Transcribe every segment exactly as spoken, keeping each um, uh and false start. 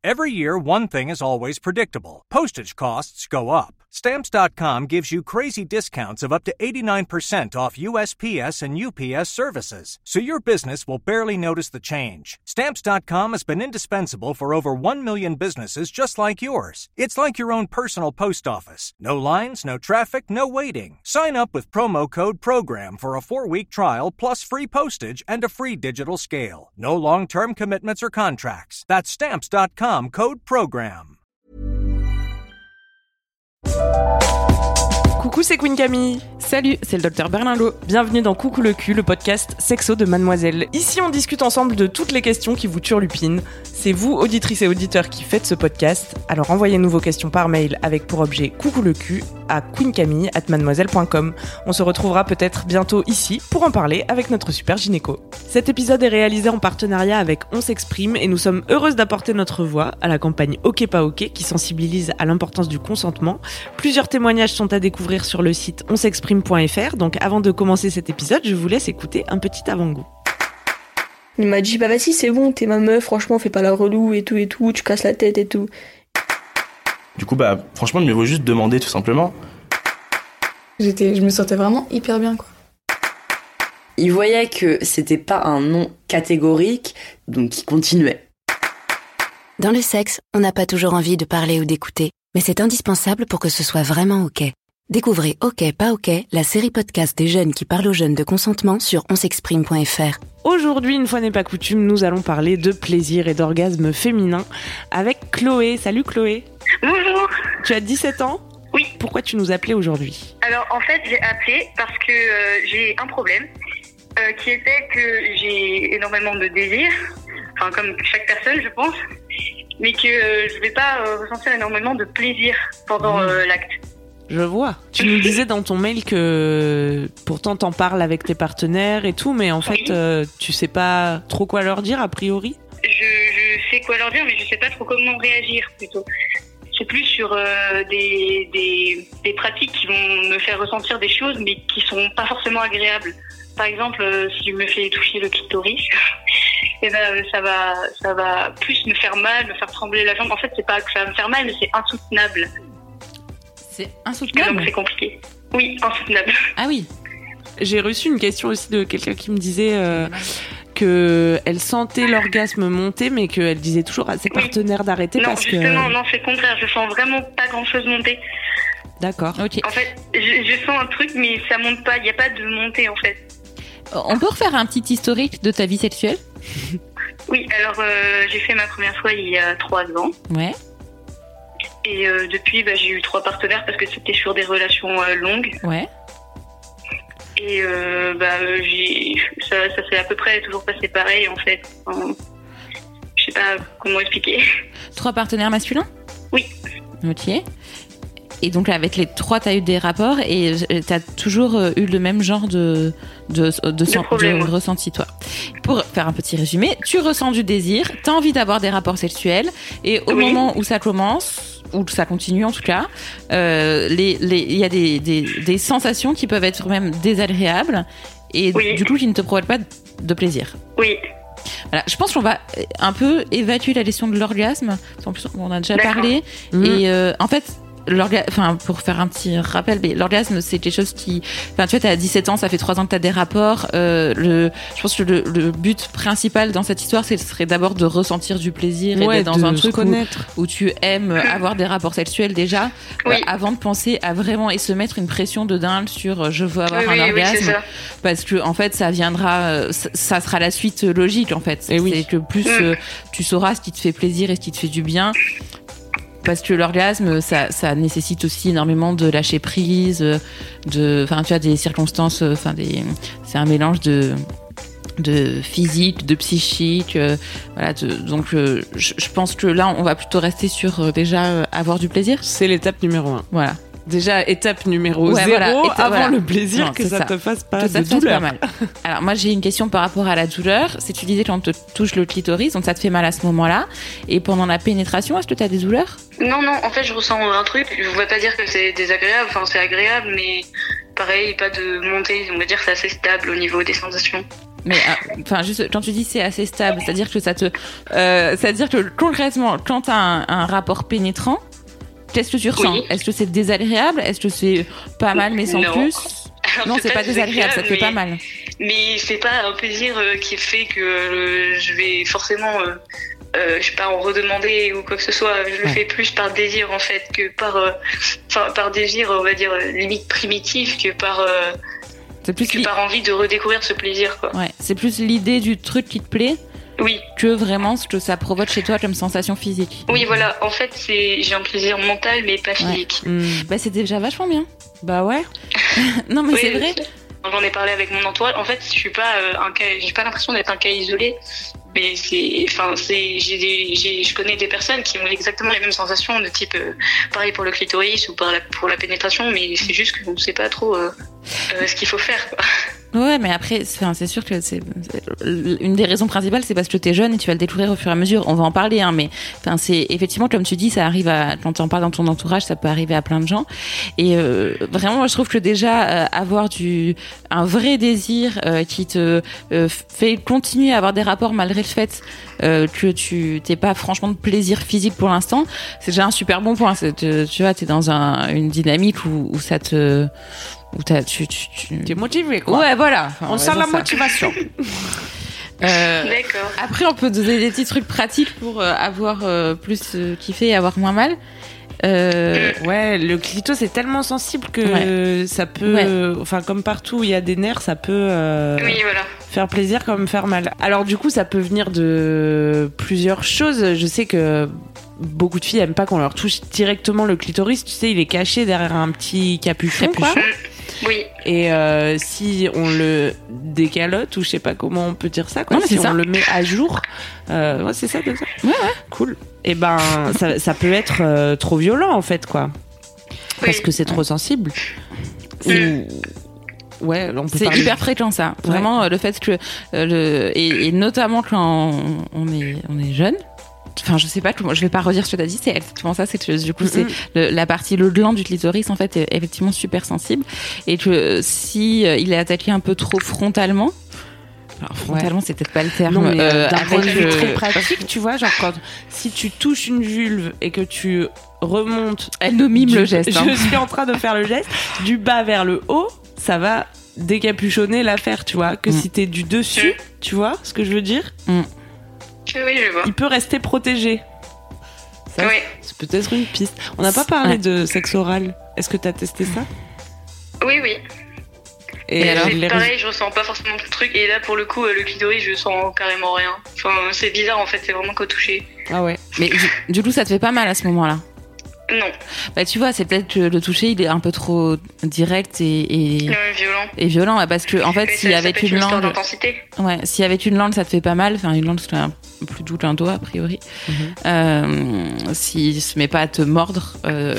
Every year, one thing is always predictable. Postage costs go up. Stamps dot com gives you crazy discounts of up to eighty-nine percent off U S P S and U P S services, so your business will barely notice the change. Stamps dot com has been indispensable for over one million businesses just like yours. It's like your own personal post office. No lines, no traffic, no waiting. Sign up with promo code PROGRAM for a four-week trial plus free postage and a free digital scale. No long-term commitments or contracts. That's Stamps dot com, code PROGRAM. Coucou, c'est Queen Camille. Salut, c'est le docteur Berlingot. Bienvenue dans Coucou le cul, le podcast sexo de Mademoiselle. Ici, on discute ensemble de toutes les questions qui vous turlupinent. C'est vous, auditrices et auditeurs, qui faites ce podcast. Alors envoyez-nous vos questions par mail avec pour objet Coucou le cul à queencamille arobase mademoiselle point com. On se retrouvera peut-être bientôt ici pour en parler avec notre super gynéco. Cet épisode est réalisé en partenariat avec On s'exprime et nous sommes heureuses d'apporter notre voix à la campagne Ok pas Ok qui sensibilise à l'importance du consentement. Plusieurs témoignages sont à découvrir sur le site on s'exprime point f r. Donc avant de commencer cet épisode, je vous laisse écouter un petit avant-goût. Il m'a dit bah vas-y c'est bon, t'es ma meuf, franchement fais pas la relou et tout et tout, tu casses la tête et tout. Du coup bah franchement il me vaut juste demander tout simplement. J'étais, je me sentais vraiment hyper bien quoi. Il voyait que c'était pas un non catégorique, donc il continuait. Dans le sexe, on n'a pas toujours envie de parler ou d'écouter, mais c'est indispensable pour que ce soit vraiment ok. Découvrez Ok pas ok, la série podcast des jeunes qui parlent aux jeunes de consentement sur on s'exprime point f r. Aujourd'hui, une fois n'est pas coutume, nous allons parler de plaisir et d'orgasme féminin avec Chloé. Salut Chloé. Bonjour. Tu as dix-sept ans ? Oui. Pourquoi tu nous appelais aujourd'hui ? Alors en fait, j'ai appelé parce que euh, j'ai un problème euh, qui était que j'ai énormément de désir, enfin comme chaque personne je pense, mais que euh, je vais pas euh, ressentir énormément de plaisir pendant mmh. euh, l'acte. Je vois. Tu nous disais dans ton mail que pourtant t'en parles avec tes partenaires et tout, mais en fait, oui. euh, tu sais pas trop quoi leur dire a priori ? Je, je sais quoi leur dire, mais je sais pas trop comment réagir plutôt. C'est plus sur euh, des, des, des pratiques qui vont me faire ressentir des choses, mais qui sont pas forcément agréables. Par exemple, euh, si je me fais toucher le clitoris, et ben ça va, ça va plus me faire mal, me faire trembler la jambe. En fait, c'est pas que ça va me faire mal, mais c'est insoutenable. C'est insoutenable. Donc c'est compliqué. Oui, insoutenable. Ah oui. J'ai reçu une question aussi de quelqu'un qui me disait euh, qu'elle sentait l'orgasme monter, mais qu'elle disait toujours à ses oui. partenaires d'arrêter non, parce que... Non, justement, non, c'est le contraire. Je sens vraiment pas grand-chose monter. D'accord. Ok. En fait, je, je sens un truc, mais ça monte pas. Il n'y a pas de montée, en fait. On peut refaire un petit historique de ta vie sexuelle ? Oui, alors euh, j'ai fait ma première fois il y a trois ans. Ouais. Et euh, depuis, bah, j'ai eu trois partenaires parce que c'était sur des relations euh, longues. Ouais. Et euh, bah, j'ai, ça, ça s'est à peu près toujours passé pareil, en fait. Enfin, je sais pas comment expliquer. Trois partenaires masculins ? Oui. Ok. Et donc, avec les trois, t'as eu des rapports et t'as toujours eu le même genre de, de, de, de, sen- problème, de ouais. ressenti, toi. Pour faire un petit résumé, tu ressens du désir, t'as envie d'avoir des rapports sexuels et au oui. moment où ça commence... ou ça continue en tout cas, euh, les, les, il y a des, des, des sensations qui peuvent être même désagréables et oui. du coup qui ne te provoquent pas de plaisir. Oui. Voilà, je pense qu'on va un peu évacuer la question de l'orgasme. En plus, on en a déjà D'accord. parlé. Mmh. Et euh, en fait, l'orga- enfin, pour faire un petit rappel, mais l'orgasme, c'est quelque chose qui... Enfin, tu vois, t'as dix-sept ans, ça fait trois ans que t'as des rapports. Euh, le, je pense que le, le but principal dans cette histoire, ce serait d'abord de ressentir du plaisir ouais, et d'être dans un truc où, où tu aimes avoir des rapports sexuels déjà, oui. euh, avant de penser à vraiment et se mettre une pression de dingue sur euh, je veux avoir oui, un oui, orgasme. Oui, c'est ça. Parce que, en fait, ça viendra... Euh, ça, ça sera la suite logique, en fait. Et c'est oui. que plus mmh. euh, tu sauras ce qui te fait plaisir et ce qui te fait du bien... Parce que l'orgasme, ça, ça nécessite aussi énormément de lâcher prise, de, enfin, tu as des circonstances, enfin, des, c'est un mélange de, de physique, de psychique, euh, voilà. De, donc, euh, je, je pense que là, on va plutôt rester sur euh, déjà euh, avoir du plaisir. C'est l'étape numéro un. Voilà. Déjà, étape numéro ouais, zéro, voilà, étape, avant voilà. le plaisir, non, que ça, ça te fasse pas que de ça te douleur. Fasse pas mal. Alors, moi, j'ai une question par rapport à la douleur. C'est tu disais quand on te touche le clitoris, donc ça te fait mal à ce moment-là. Et pendant la pénétration, est-ce que tu as des douleurs ? Non, non, en fait, je ressens un truc. Je ne vais pas dire que c'est désagréable, enfin, c'est agréable, mais pareil, pas de montée. On va dire que c'est assez stable au niveau des sensations. Mais enfin, euh, juste quand tu dis c'est assez stable, c'est-à-dire que ça te, euh, c'est-à-dire que concrètement, quand t'as un, un rapport pénétrant, qu'est-ce que tu ressens? Oui. Est-ce que c'est désagréable? Est-ce que c'est pas mal mais sans non. plus? Alors, non, c'est, c'est pas, pas désagréable, ça te fait mais, pas mal. Mais c'est pas un plaisir euh, qui fait que euh, je vais forcément, euh, euh, je sais pas, en redemander ou quoi que ce soit. Je le ouais. fais plus par désir en fait que par, enfin euh, par désir, on va dire limite primitif que par. Euh, C'est plus que li... par envie de redécouvrir ce plaisir, quoi. Ouais, c'est plus l'idée du truc qui te plaît. Oui. Que vraiment ce que ça provoque chez toi comme sensation physique. Oui, voilà. En fait, c'est j'ai un plaisir mental, mais pas physique. Ouais. Mmh. Bah, c'est déjà vachement bien. Bah ouais. non, mais oui, c'est vrai. J'en ai parlé avec mon entourage. En fait, je suis pas euh, un cas. J'ai pas l'impression d'être un cas isolé. Mais c'est, enfin, c'est, j'ai des, j'ai, je connais des personnes qui ont exactement les mêmes sensations de type, euh, pareil pour le clitoris ou pour la, pour la pénétration, mais c'est juste qu'on ne sait pas trop euh, euh, ce qu'il faut faire, quoi. Ouais, mais après, c'est, c'est sûr que c'est, c'est une des raisons principales, c'est parce que t'es jeune et tu vas le découvrir au fur et à mesure. On va en parler, hein, mais enfin, c'est effectivement comme tu dis, ça arrive à quand t'en parles dans ton entourage, ça peut arriver à plein de gens. Et euh, vraiment, moi, je trouve que déjà euh, avoir du un vrai désir euh, qui te euh, fait continuer à avoir des rapports malgré le fait euh, que tu t'es pas franchement de plaisir physique pour l'instant, c'est déjà un super bon point. C'est, tu, tu vois, t'es dans un, une dynamique où, où ça te où t'as, tu, tu, tu... T'es motivé, quoi. Ouais, voilà. Enfin, on, on sent la ça. motivation. euh, D'accord. Après, on peut donner des petits trucs pratiques pour euh, avoir euh, plus euh, kiffé et avoir moins mal. Euh... Ouais, le clito c'est tellement sensible que ouais. ça peut, ouais. enfin comme partout où il y a des nerfs, ça peut euh, oui, voilà. faire plaisir comme faire mal. Alors du coup, ça peut venir de plusieurs choses. Je sais que beaucoup de filles aiment pas qu'on leur touche directement le clitoris. Tu sais, il est caché derrière un petit capuchon, capuchon. quoi. Oui. Et euh, si on le décalote, ou je sais pas comment on peut dire ça, quoi. Non, si on ça. le met à jour, euh, ouais, c'est ça, c'est ça. Ouais, ouais. Cool. Et ben, ça, ça peut être euh, trop violent en fait, quoi. Oui. Parce que c'est trop sensible. Oui. Ou... Ouais, on peut c'est parler... hyper fréquent ça. Vraiment, ouais. Le fait que euh, le et, et notamment quand on, on est on est jeune. Enfin, je sais pas comment, je vais pas redire ce que t'as dit, c'est exactement ça, c'est que du coup, mm-hmm. c'est le, la partie, le gland du clitoris, en fait, est effectivement super sensible. Et que si euh, il est attaqué un peu trop frontalement, alors frontalement, ouais. c'est peut-être pas le terme, non, mais euh, d'un point de vue le... très pratique, tu vois, genre quand, si tu touches une vulve et que tu remontes. Elle nous mime du, le geste. Hein. Je suis en train de faire le geste, du bas vers le haut, ça va décapuchonner l'affaire, tu vois, que mm. si t'es du dessus, mm. tu vois ce que je veux dire? Mm. Oui, je vois. Il peut rester protégé. Ça, oui. C'est peut-être une piste. On n'a pas parlé ouais. de sexe oral. Est-ce que tu as testé ça? Oui, oui. Et, et alors, c'est les pareil, je ressens pas forcément de truc. Et là, pour le coup, le clitoris, je sens carrément rien. Enfin, c'est bizarre en fait, c'est vraiment qu'au toucher. Ah ouais. Mais du, du coup, ça te fait pas mal à ce moment-là? Non. Bah tu vois, c'est peut-être que le toucher il est un peu trop direct et, et ouais, violent. Et violent parce que en fait, s'il y avait une langue, ouais, s'il y avait une langue, ça te fait pas mal. Enfin, une langue c'est un peu plus doux qu'un doigt a priori. Mm-hmm. Euh, s'il se met pas à te mordre, euh...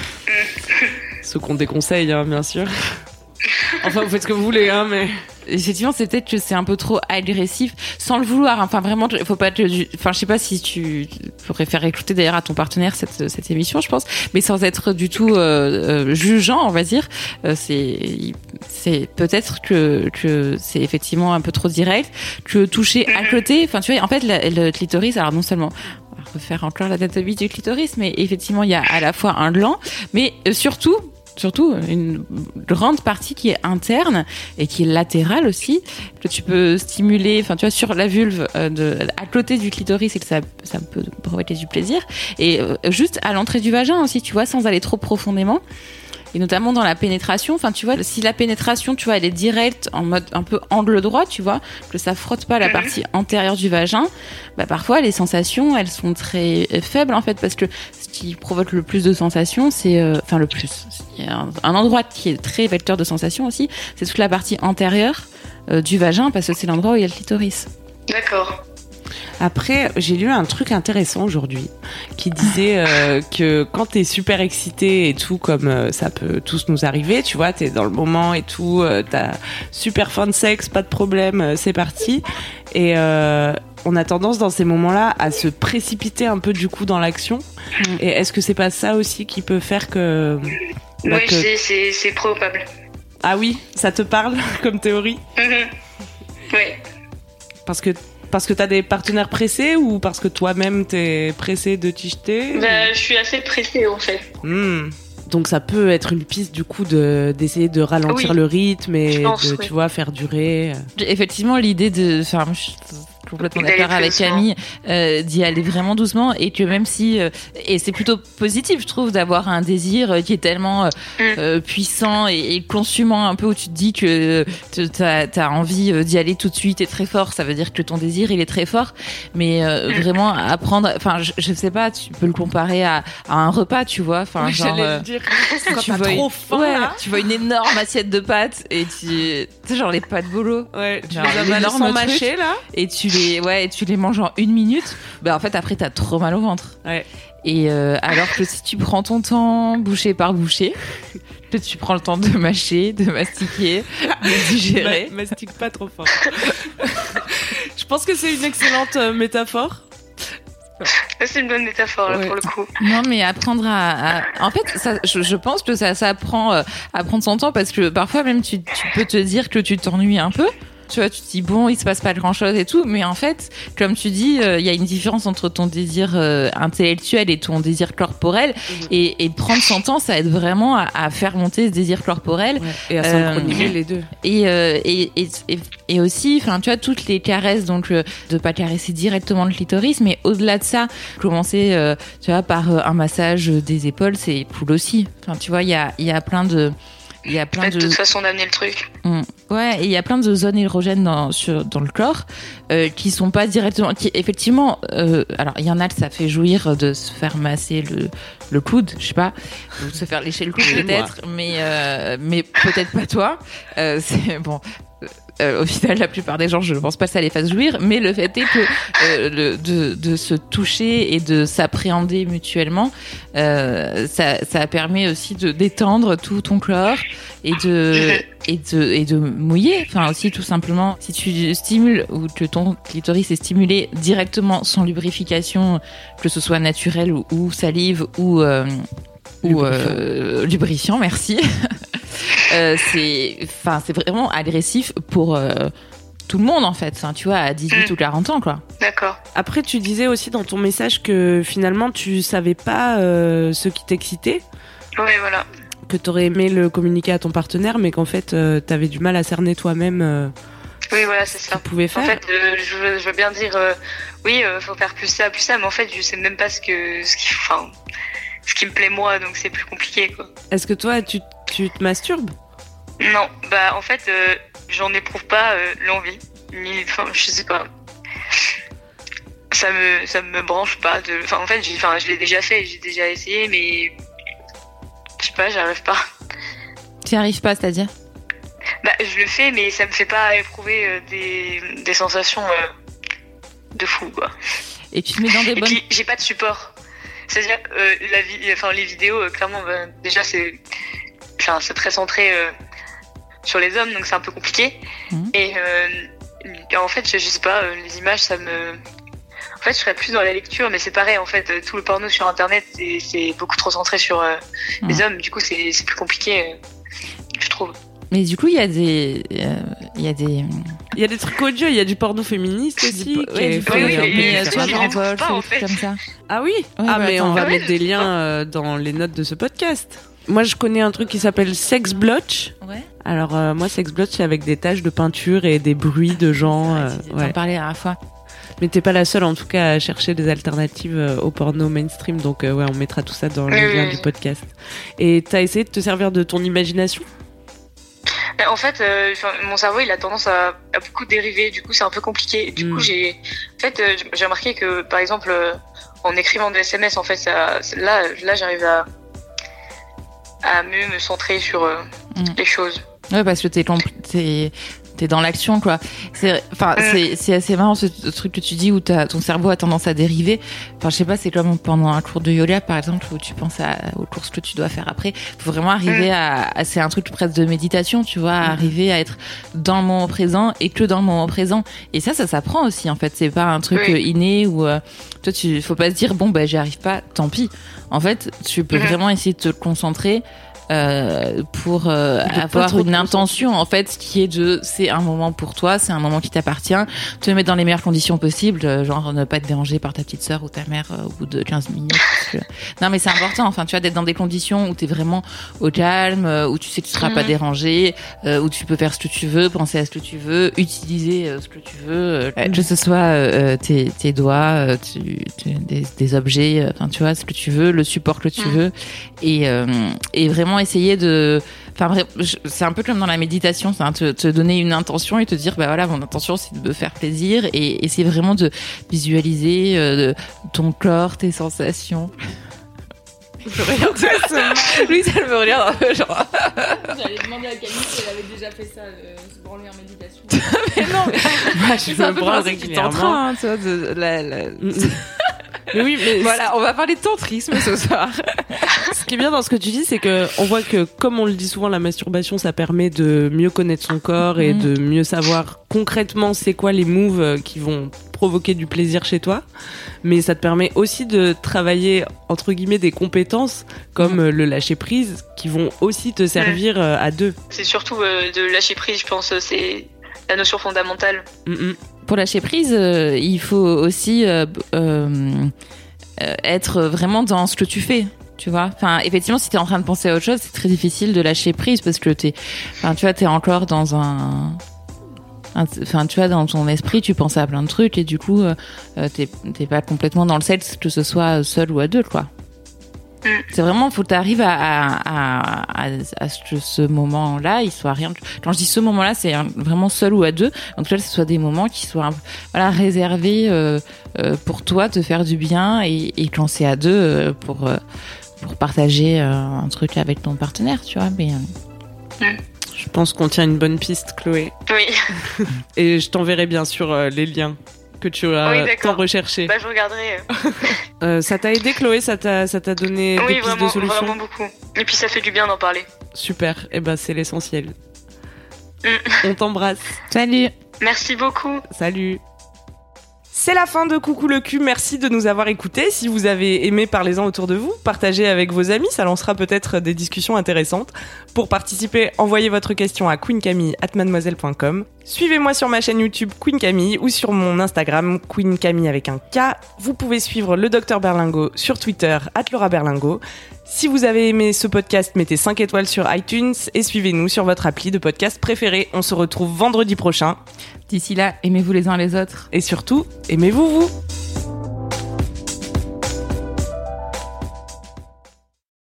ce qu'on déconseille, hein, bien sûr. Enfin, vous faites ce que vous voulez, hein, mais. Effectivement, c'est peut-être que c'est un peu trop agressif, sans le vouloir. Enfin, vraiment, il faut pas te. Enfin, je sais pas si tu pourrais faire écouter d'ailleurs à ton partenaire cette cette émission, je pense, mais sans être du tout euh, euh, jugeant, on va dire. Euh, c'est c'est peut-être que que c'est effectivement un peu trop direct, que toucher à côté. Enfin, tu vois, en fait, le, le clitoris, alors non seulement. On va refaire encore l'anatomie du clitoris, mais effectivement, il y a à la fois un gland, mais surtout. Surtout une grande partie qui est interne et qui est latérale aussi, que tu peux stimuler, enfin tu vois, sur la vulve euh, de, à côté du clitoris et que ça, ça peut provoquer du plaisir. Et euh, juste à l'entrée du vagin aussi, tu vois, sans aller trop profondément. Et notamment dans la pénétration, enfin tu vois, si la pénétration, tu vois, elle est directe en mode un peu angle droit, tu vois, que ça frotte pas la partie antérieure du vagin, bah parfois les sensations, elles sont très faibles en fait, parce que ce qui provoque le plus de sensations, c'est, euh, enfin le plus, il y a un, un endroit qui est très vecteur de sensations aussi, c'est toute la partie antérieure euh, du vagin, parce que c'est l'endroit où il y a le clitoris. D'accord. Après, j'ai lu un truc intéressant aujourd'hui qui disait euh, que quand t'es super excité et tout, comme euh, ça peut tous nous arriver, tu vois, t'es dans le moment et tout, euh, t'as super faim de sexe, pas de problème, euh, c'est parti. Et euh, on a tendance dans ces moments-là à se précipiter un peu du coup dans l'action. Mmh. Et est-ce que c'est pas ça aussi qui peut faire que... Bah, oui, que... C'est, c'est, c'est probable. Ah oui, ça te parle comme théorie? Mmh. Oui. Parce que parce que t'as des partenaires pressés ou parce que toi-même t'es pressé de t'y jeter? Bah, je suis assez pressée en fait. Mmh. Donc ça peut être une piste du coup de d'essayer de ralentir oui. le rythme et pense, de oui. tu vois faire durer. Effectivement, l'idée de, enfin, je suis complètement d'accord avec Camille, euh, d'y aller vraiment doucement et que même si euh, et c'est plutôt positif, je trouve, d'avoir un désir qui est tellement euh, mm. euh, puissant et, et consumant un peu où tu te dis que t'as t'as envie d'y aller tout de suite et très fort. Ça veut dire que ton désir il est très fort, mais euh, mm. vraiment apprendre. Enfin, je, je sais pas, tu peux le comparer à, à un repas, tu vois. Enfin, oui, genre. J'allais le dire. Quand tu t'as vois trop faim, ouais, là. Tu vois une énorme assiette de pâtes et tu, tu sais genre les pâtes bolo. Ouais, tu les avales sans mâcher là. Et tu les, ouais, et tu les manges en une minute. Bah en fait après t'as trop mal au ventre. Ouais. Et euh, alors que si tu prends ton temps, bouchée par bouchée, que tu prends le temps de mâcher, de mastiquer, de digérer. Ma- mastique pas trop fort. Je pense que c'est une excellente euh, métaphore. C'est une bonne métaphore là, ouais. pour le coup. Non mais apprendre à, à... en fait ça, je, je pense que ça, ça apprend euh, à prendre son temps parce que parfois même tu, tu peux te dire que tu t'ennuies un peu. Tu vois, tu te dis bon, il se passe pas grand chose et tout, mais en fait, comme tu dis, il euh, y a une différence entre ton désir euh, intellectuel et ton désir corporel, mmh. et, et prendre son temps, ça aide vraiment à, à faire monter ce désir corporel ouais. et à synchroniser euh, les deux. Et, euh, et, et, et, et aussi, enfin, tu vois, toutes les caresses, donc euh, de pas caresser directement le clitoris, mais au-delà de ça, commencer, euh, tu vois, par euh, un massage des épaules, c'est cool aussi. Enfin, tu vois, il y a, il y a plein de Il y a plein de... de toute façon d'amener le truc. Mmh. Ouais, et il y a plein de zones érogènes dans, sur, dans le corps euh, qui sont pas directement... Qui, effectivement, euh, alors il y en a, ça fait jouir de se faire masser le, le coude, je sais pas, ou de se faire lécher le coude peut-être, mais, euh, mais peut-être pas toi. Euh, c'est bon... Euh, au final, la plupart des gens, je ne pense pas que ça les fasse jouir, mais le fait est que euh, le, de, de se toucher et de s'appréhender mutuellement, euh, ça, ça permet aussi de détendre tout ton corps et de, et de, et de mouiller. Enfin, aussi, tout simplement, si tu stimules ou que ton clitoris est stimulé directement sans lubrification, que ce soit naturel ou, ou salive ou, euh, ou euh, lubrifiant, merci. Euh, c'est, enfin, c'est vraiment agressif pour euh, tout le monde en fait. Enfin, tu vois, à dix-huit mmh. ou quarante ans, quoi. D'accord. Après, tu disais aussi dans ton message que finalement, tu savais pas euh, ce qui t'excitait. Oui, voilà. Que t'aurais aimé le communiquer à ton partenaire, mais qu'en fait, euh, t'avais du mal à cerner toi-même. Euh, oui, voilà, c'est ça. Tu pouvais faire. En fait, euh, je, veux, je veux bien dire, euh, oui, euh, faut faire plus ça, plus ça, mais en fait, je sais même pas ce que, ce qui, enfin, ce qui me plaît moi, donc c'est plus compliqué, quoi. Est-ce que toi, tu Tu te masturbes? Non, bah en fait, euh, j'en éprouve pas euh, l'envie. Ni, enfin, je sais pas. Ça me, ça me branche pas. De, enfin, en fait, j'ai, enfin, je l'ai déjà fait, j'ai déjà essayé, mais je sais pas, j'arrive pas. Tu n'y arrives pas, c'est-à-dire? Bah, je le fais, mais ça me fait pas éprouver euh, des, des sensations euh, de fou, quoi. Et tu te mets dans des Et bonnes. puis, j'ai pas de support. C'est-à-dire, euh, la vi- enfin, les vidéos, euh, clairement, bah, déjà, c'est. Enfin, c'est très centré euh, sur les hommes, donc c'est un peu compliqué. Mmh. Et euh, en fait, je, je sais pas, euh, les images, ça me... En fait, je serais plus dans la lecture, mais c'est pareil, en fait, euh, tout le porno sur Internet, c'est, c'est beaucoup trop centré sur euh, mmh. les hommes. Du coup, c'est, c'est plus compliqué, euh, je trouve. Mais du coup, il y a des... Il euh, y a des... Il y a des trucs odieux, il y a du porno féministe aussi. Du, ouais, oui, oui, oui, mais tu vois, j'en vois pas, en fait. Comme ça. Ah oui ouais, Ah, bah, mais attends, on va ouais, mettre des liens euh, dans les notes de ce podcast. Moi, je connais un truc qui s'appelle Sex Blotch. Ouais. Alors, euh, moi, Sex Blotch, c'est avec des taches de peinture et des bruits de gens. Ouais, euh, tu ouais. t'en parlais la dernière fois. Mais t'es pas la seule, en tout cas, à chercher des alternatives euh, au porno mainstream. Donc, euh, ouais, on mettra tout ça dans le lien du podcast. Et t'as essayé de te servir de ton imagination ? En fait, euh, mon cerveau, il a tendance à, à beaucoup dériver. Du coup, c'est un peu compliqué. Du mmh. coup, j'ai, en fait, euh, j'ai remarqué que, par exemple, euh, en écrivant des S M S, en fait, ça, là, là, j'arrive à à mieux me centrer sur euh, mmh. les choses. Ouais, parce que t'es, t'es, t'es dans l'action, quoi. C'est, enfin, mmh. c'est, c'est assez marrant ce, ce truc que tu dis où t'as, ton cerveau a tendance à dériver. Enfin, je sais pas, c'est comme pendant un cours de yoga, par exemple, où tu penses à, aux courses que tu dois faire après. Faut vraiment arriver mmh. à, à, c'est un truc presque de méditation, tu vois, à arriver à être dans le moment présent et que dans le moment présent. Et ça, ça s'apprend aussi, en fait. C'est pas un truc oui. inné où, euh, toi, tu, faut pas se dire, bon, bah, j'y arrive pas, tant pis. En fait, tu peux mmh. vraiment essayer de te concentrer euh, pour euh, avoir une intention en fait qui est de c'est un moment pour toi, c'est un moment qui t'appartient, te mettre dans les meilleures conditions possibles, genre ne pas être dérangé par ta petite sœur ou ta mère euh, au bout de quinze minutes. Que... Non mais c'est important, enfin tu vois, d'être dans des conditions où t'es vraiment au calme, où tu sais que tu seras mmh. pas dérangé, euh, où tu peux faire ce que tu veux, penser à ce que tu veux, utiliser euh, ce que tu veux, euh, mmh. que ce soit euh, tes, tes doigts, euh, tu, tu, des, des objets, enfin euh, tu vois, ce que tu veux, le support que tu mmh. veux, et, euh, et vraiment essayer de... Enfin, c'est un peu comme dans la méditation, c'est te, te donner une intention et te dire, bah voilà, mon intention c'est de me faire plaisir et essayer vraiment de visualiser euh, ton corps, tes sensations. Je regarde ça. Lui, ça me regarde genre. J'allais demander à Camille si elle avait déjà fait ça, euh, se branler en méditation. Mais non, mais moi, je me branle régulièrement. Hein, tu vois, de, la, la... Mais oui, mais voilà, on va parler de tantrisme ce soir. Ce qui est bien dans ce que tu dis, c'est que on voit que, comme on le dit souvent, la masturbation, ça permet de mieux connaître son corps et mmh. de mieux savoir concrètement c'est quoi les moves qui vont provoquer du plaisir chez toi. Mais ça te permet aussi de travailler, entre guillemets, des compétences comme mmh. le lâcher prise qui vont aussi te servir mmh. à deux. C'est surtout euh, de lâcher prise, je pense, c'est la notion fondamentale. Mmh. Pour lâcher prise, euh, il faut aussi euh, euh, être vraiment dans ce que tu fais. Tu vois, enfin, effectivement, si t'es en train de penser à autre chose, c'est très difficile de lâcher prise parce que t'es, enfin, tu vois, t'es encore dans un, enfin, tu vois, dans ton esprit, tu penses à plein de trucs et du coup, euh, t'es, t'es pas complètement dans le sexe, que ce soit seul ou à deux, quoi. Mm. C'est vraiment, faut que t'arrives à, à, à, à, à ce que ce moment-là, il soit rien. Quand je dis ce moment-là, c'est vraiment seul ou à deux. En tout cas, ce soit des moments qui soient, voilà, réservés euh, euh, pour toi, te faire du bien et, et quand c'est à deux, euh, pour euh, pour partager euh, un truc avec ton partenaire, tu vois. Mais euh... mm. Je pense qu'on tient une bonne piste, Chloé. Oui. Et je t'enverrai bien sûr euh, les liens que tu as oui, tant recherché. Bah, je regarderai. euh, ça t'a aidé, Chloé? Ça t'a, ça t'a donné oui, des pistes vraiment, de solutions? Oui, vraiment beaucoup. Et puis ça fait du bien d'en parler. Super. Et eh ben, c'est l'essentiel. Mm. On t'embrasse. Salut. Merci beaucoup. Salut. C'est la fin de Coucou le cul, merci de nous avoir écoutés. Si vous avez aimé, parlez-en autour de vous, partagez avec vos amis, ça lancera peut-être des discussions intéressantes. Pour participer, envoyez votre question à queencamille arobase mademoiselle point com. Suivez-moi sur ma chaîne YouTube Queen Camille ou sur mon Instagram Queen Camille avec un K. Vous pouvez suivre le docteur Berlingot sur Twitter arobase Laura Berlingot. Si vous avez aimé ce podcast, mettez cinq étoiles sur iTunes et suivez-nous sur votre appli de podcast préféré. On se retrouve vendredi prochain. D'ici là, aimez-vous les uns les autres. Et surtout, aimez-vous vous.